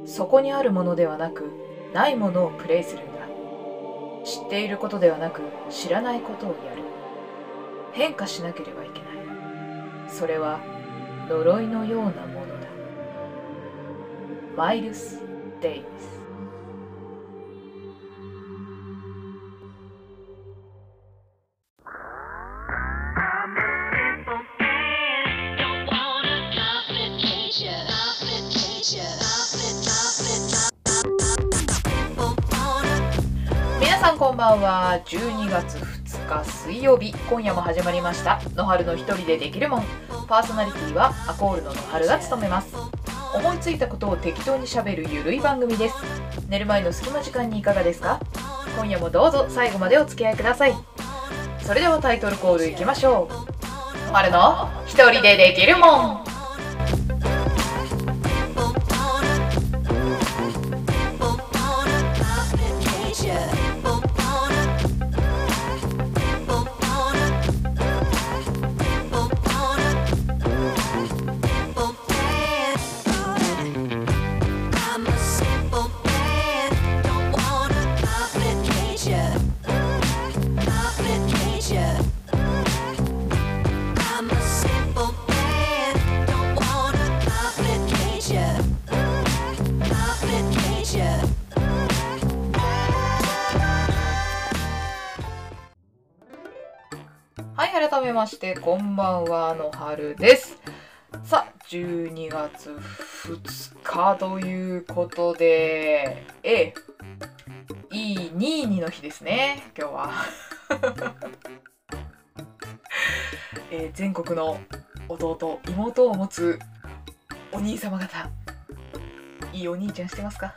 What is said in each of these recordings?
そこにあるものではなく、ないものをプレイするんだ。知っていることではなく、知らないことをやる。変化しなければいけない。それは呪いのようなものだ。マイルス・デイビス。皆さんこんばんは。12月2日水曜日、今夜も始まりました野春の一人でできるもん。パーソナリティはアコールの野春が務めます。思いついたことを適当にしゃべるゆるい番組です。寝る前の隙間時間にいかがですか？今夜もどうぞ最後までお付き合いください。それではタイトルコールいきましょう。野春の一人でできるもん。はい、改めましてこんばんは、野春です。さあ、12月2日ということで、いい22の日ですね、今日は。全国の弟、妹を持つお兄様方、いいお兄ちゃんしてますか？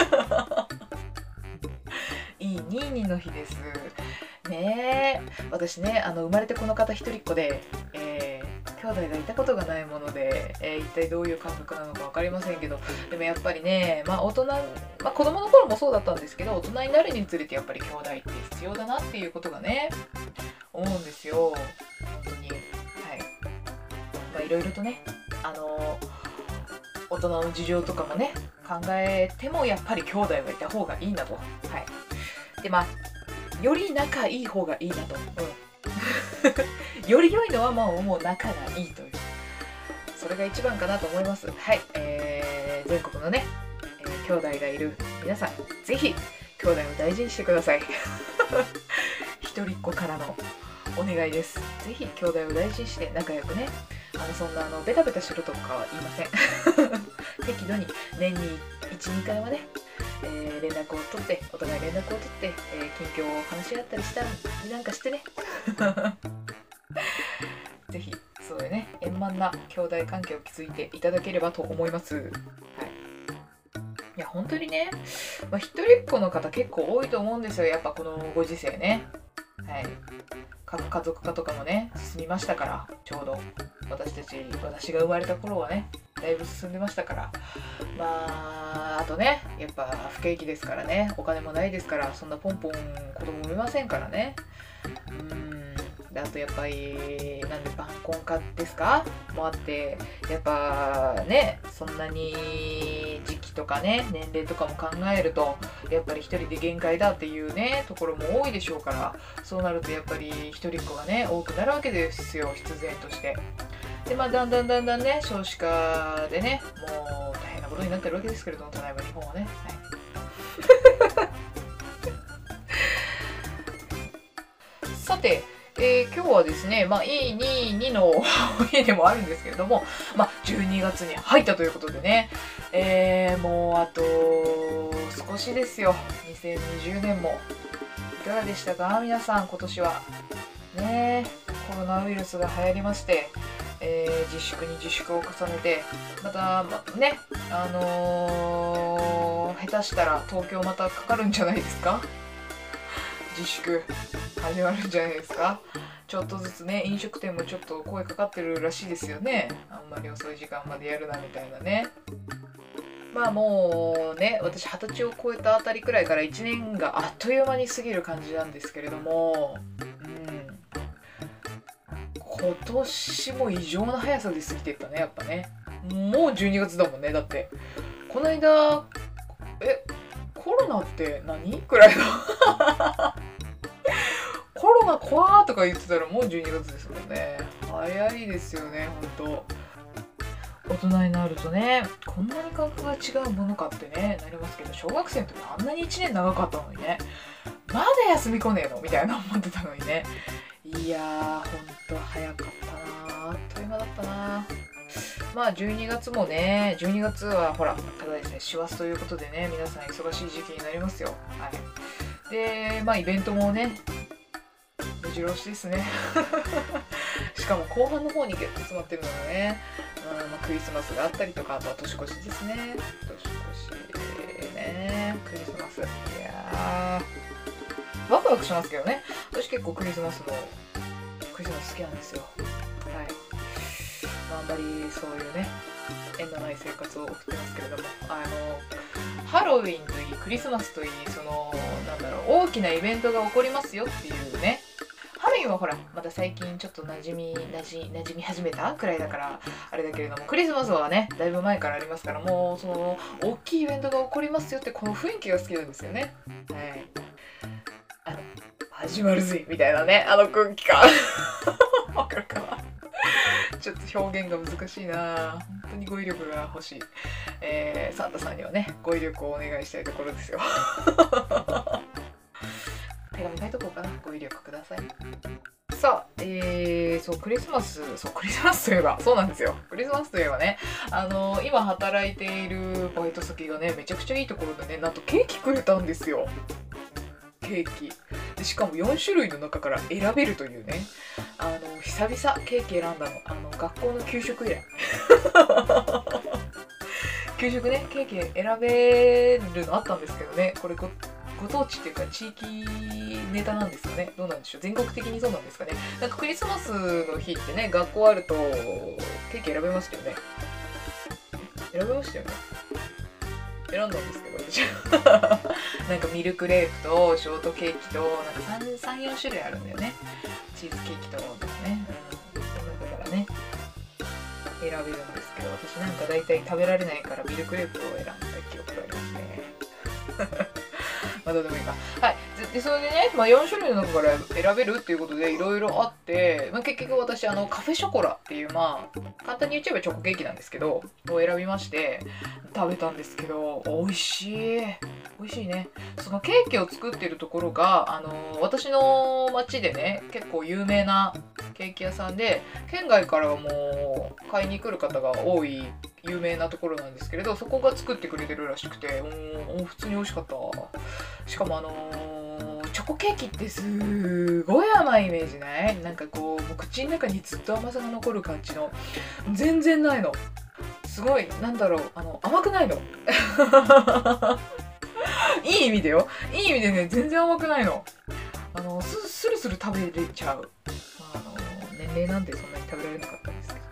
いい22の日ですね。私ね、生まれてこの方一人っ子で、兄弟がいたことがないもので、一体どういう感覚なのか分かりませんけど、でもやっぱりね、大人、子供の頃もそうだったんですけど、大人になるにつれてやっぱり兄弟って必要だなっていうことがね、思うんですよ、本当に。はい。いろいろとね、大人の事情とかもね、考えてもやっぱり兄弟はいた方がいいなと。はい。で、より仲いい方がいいなと。より良いのはもう仲がいいという。それが一番かなと思います。はい。全国のね、兄弟がいる皆さん、ぜひ兄弟を大事にしてください。一人っ子からのお願いです。ぜひ兄弟を大事にして仲良くね。そんなベタベタしろとかは言いません。適度に年に 1,2 回はね、連絡を取って、お互い連絡を取って、近況を話し合ったりしたりなんかしてね。ぜひそういうね、円満な兄弟関係を築いていただければと思います。はい。いや本当にね、一人っ子の方結構多いと思うんですよ。やっぱこのご時世ね。はい。核家族化とかもね、進みましたから、ちょうど私が生まれた頃はね、だいぶ進んでましたから。あとね、やっぱ不景気ですからね、お金もないですから、そんなポンポン子供産めませんからね。あとやっぱりなんで晩婚化ですかもあって、やっぱね、そんなに時期とかね、年齢とかも考えると、やっぱり一人で限界だっていうねところも多いでしょうから、そうなるとやっぱり一人っ子がね多くなるわけですよ、必然として。でだんだんね、少子化でね、もう大変なことになってるわけですけれども、ただいま日本はね。はい。さて、今日はですね、いいの日でもあるんですけれども、12月に入ったということでね、もうあと少しですよ、2020年も。いかがでしたか皆さん、今年は。ね、コロナウイルスが流行りまして、自粛に自粛を重ねて、またね、下手したら東京またかかるんじゃないですか？自粛始まるんじゃないですか？ちょっとずつね、飲食店もちょっと声かかってるらしいですよね。あんまり遅い時間までやるなみたいなね。もうね、私20歳を超えたあたりくらいから1年があっという間に過ぎる感じなんですけれども、今年も異常な速さで過ぎてったね、やっぱね。もう12月だもんね、だって。 この間コロナって何くらいのコロナ怖ーとか言ってたらもう12月ですもんね。早いですよね、ほんと。大人になるとね、こんなに感覚が違うものかってね、なりますけど、小学生の時あんなに1年長かったのにね、まだ休み来ねえのみたいな思ってたのにね。いやー、ほんと早かったなー。あっという間だったなー。まあ12月もね、12月はほら、ただですね、師走ということでね、皆さん忙しい時期になりますよ。はい。で、まあイベントもね、目白押しですね。しかも後半の方にギュッと詰まってるのがね、クリスマスがあったりとか、あとは年越しですね。年越しね、クリスマス。いやー、ワクワクしますけどね。私結構クリスマス好きなんですよ。はい。あんまりそういうね、縁のない生活を送ってますけれども、ハロウィンといい、クリスマスといい、大きなイベントが起こりますよっていうね。ハロウィンはほら、また最近ちょっと馴染み始めたくらいだから、あれだけれども、クリスマスはね、だいぶ前からありますから、もう、大きいイベントが起こりますよって、この雰囲気が好きなんですよね。はい。始まるぜみたいなね、空気感。わかるかな。ちょっと表現が難しいな。本当に語彙力が欲しい。サンタさんにはね、語彙力をお願いしたいところですよ。手紙書いとこうかな。語彙力ください。さあ、クリスマスといえば、そうなんですよ。クリスマスといえばね、今働いているバイト先がね、めちゃくちゃいいところでね、なんとケーキくれたんですよ。ケーキ。でしかも4種類の中から選べるというね。久々ケーキ選んだの。学校の給食以来。給食ね、ケーキ選べるのあったんですけどね、これご当地っていうか地域ネタなんですかね。どうなんでしょう。全国的にそうなんですかね。なんかクリスマスの日ってね、学校あるとケーキ選べましたよね。選べましたよね。選んだんですけど、私なんかミルクレープとショートケーキとなんか3、4種類あるんだよね。チーズケーキとかね。だからね、選べるんですけど、私なんか大体食べられないからミルクレープを選んだ記憶がありますね。まあどうでもいいか。はい。で、それでね、4種類の中から選べるっていうことでいろいろあって、結局私カフェショコラっていう簡単に言っちゃえばチョコケーキなんですけど、を選びまして食べたんですけど、美味しい。美味しいね。そのケーキを作ってるところが、私の町でね、結構有名なケーキ屋さんで、県外からはもう買いに来る方が多い有名なところなんですけれど、そこが作ってくれてるらしくて、普通に美味しかった。しかもチョコケーキってすごい甘いイメージない？なんかこう、もう口の中にずっと甘さが残る感じの。全然ないの。すごい、甘くないの。いい意味でよ。いい意味でね、全然甘くないの。スルスル食べれちゃう。年齢なんでそんなに食べられなかったんですけ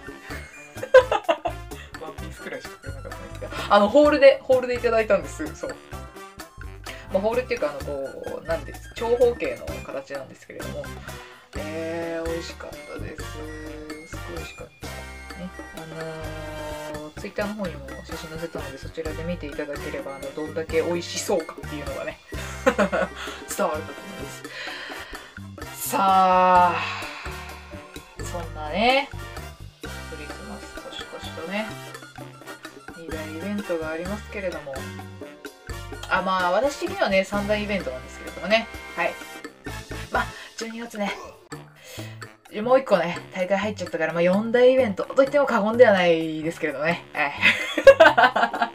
ど。ワンピースくらいしか食べれなかったんですけど、ホールでいただいたんです。そう。ホールっていうか、なんです。長方形の形なんですけれども、美味しかったです。すごい美味しかった。ね。ツイッターの方にも写真載せたので、そちらで見ていただければ、どんだけ美味しそうかっていうのがね、伝わるかと思います。さあ、そんなね、クリスマス年越しとね、2大イベントがありますけれども、私的にはね、3大イベントなんですけれどもね、はい。12月ね、もう1個ね、大会入っちゃったから、4大イベントと言っても過言ではないですけれどね、はい。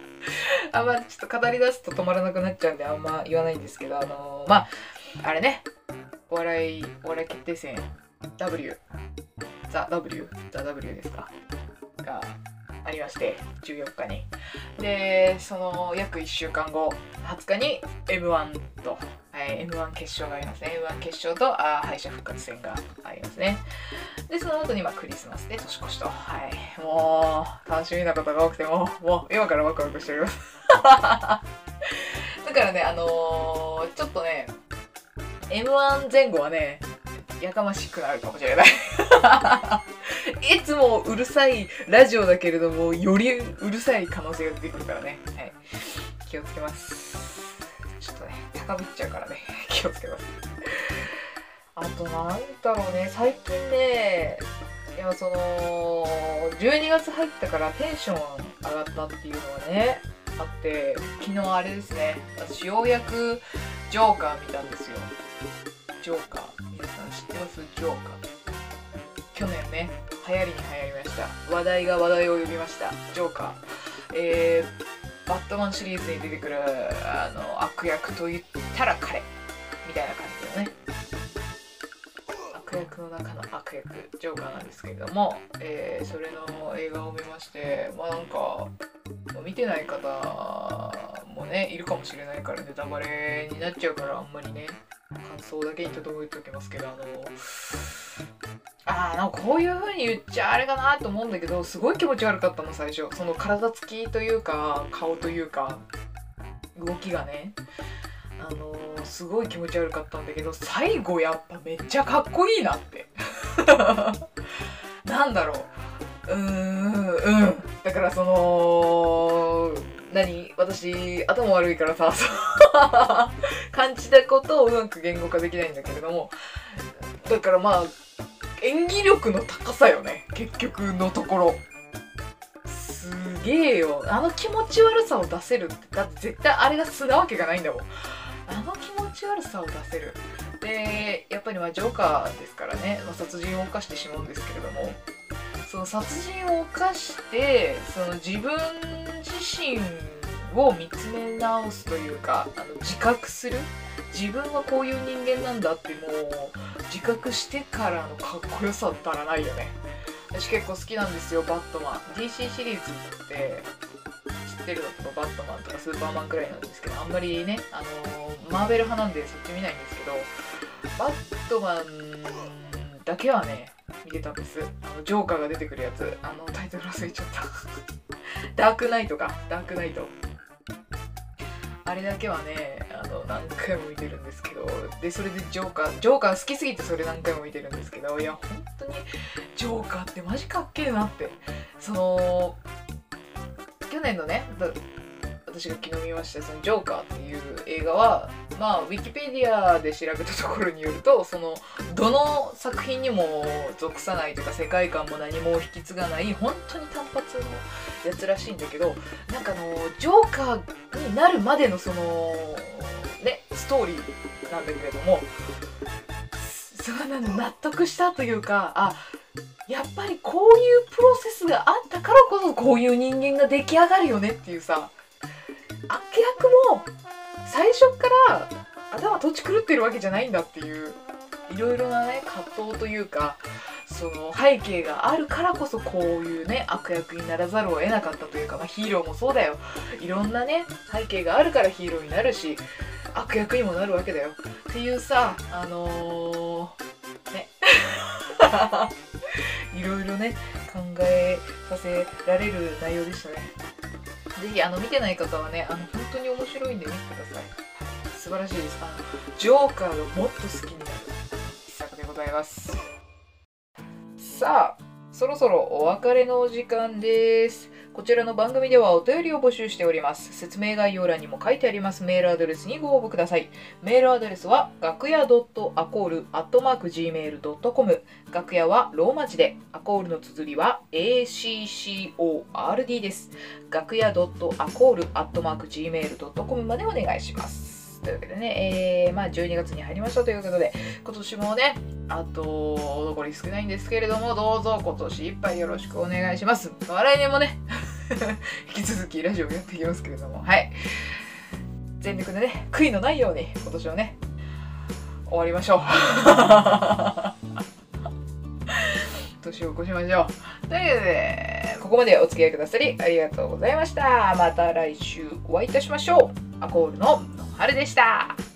ちょっと語り出すと止まらなくなっちゃうんで、あんま言わないんですけど、あれね、お笑い決定戦、ザ・ W ですかがありまして、14日に。で、その約1週間後、20日に M1 と、M1 決勝がありますね。M1 決勝と敗者復活戦がありますね。で、その後にクリスマスで年越しと。はい。もう、楽しみなことが多くてもう今からワクワクしております。だからね、ちょっとね、M1 前後はね、やかましくなるかもしれない。 いつもうるさいラジオだけれども、よりうるさい可能性が出てくるからね。はい。気をつけます。ちょっとね、高ぶっちゃうからね。気をつけます。あとなんだろうね、最近ね、いや12月入ったからテンション上がったっていうのはね、あって、昨日あれですね、私ようやくジョーカー見たんですよ。ジョーカー。皆さん知ってます？ジョーカー。去年ね、流行りました。話題を呼びました。ジョーカー。バットマンシリーズに出てくる悪役と言ったら彼みたいな感じのね、悪役の中の悪役ジョーカーなんですけれども、それの映画を見まして、まあなんか見てない方もねいるかもしれないからネタバレになっちゃうからあんまりね感想だけにとどめておきますけど、なんかこういう風に言っちゃあれかなと思うんだけど、すごい気持ち悪かったの最初。その体つきというか顔というか動きがね、すごい気持ち悪かったんだけど、最後やっぱめっちゃかっこいいなってなんだろう、だから私頭悪いからさ感じたことをうまく言語化できないんだけれども、だからまあ演技力の高さよね、結局のところ。すげえよ、気持ち悪さを出せるって。だって絶対あれが素なわけがないんだもん。気持ち悪さを出せる。でやっぱりジョーカーですからね、殺人を犯してしまうんですけれども、その殺人を犯して自分自身を見つめ直すというか、自覚する、自分はこういう人間なんだってもう自覚してからのかっこよさったらないよね。私結構好きなんですよ、バットマン。 DC シリーズって知ってるのとかバットマンとかスーパーマンくらいなんですけど、あんまりねマーベル派なんでそっち見ないんですけど、バットマンだけはね見てたんです。ジョーカーが出てくるやつ、タイトル忘れちゃったダークナイトか、ダークナイト、あれだけはね何回も見てるんですけど、でそれでジョーカー好きすぎてそれ何回も見てるんですけど、いや本当にジョーカーってマジかっけえなって。去年のね、私が昨日見ましたそのジョーカーっていう映画は、ウィキペディアで調べたところによると、どの作品にも属さないというか世界観も何も引き継がない本当に単発のやつらしいんだけど、なんかジョーカーになるまでのストーリーなんだけれども、納得したというか、やっぱりこういうプロセスがあったからこそこういう人間が出来上がるよねっていうさ、悪役も最初から頭とち狂ってるわけじゃないんだっていう、いろいろなね葛藤というか、背景があるからこそこういうね悪役にならざるを得なかったというか、ヒーローもそうだよ、いろんなね背景があるからヒーローになるし悪役にもなるわけだよっていうさ、いろいろね考えさせられる内容でしたね。ぜひ見てない方はね本当に面白いんで見てください。素晴らしいです。ジョーカーがもっと好きになる一作でございます。さあそろそろお別れのお時間です。こちらの番組ではお便りを募集しております。説明概要欄にも書いてありますメールアドレスにご応募ください。メールアドレスは楽屋 .accord@gmail.com、 楽屋はローマ字で、アコールの綴りは ACCORD です。楽屋 .accord@gmail.com までお願いします。というわけでね、12月に入りましたということで、今年もねあと残り少ないんですけれども、どうぞ今年いっぱいよろしくお願いします。来年もね引き続きラジオやっていきますけれども、全力でね悔いのないように今年をね終わりましょう年を越しましょうということで、ここまでお付き合いくださりありがとうございました。また来週お会いいたしましょう。アコールの春でした。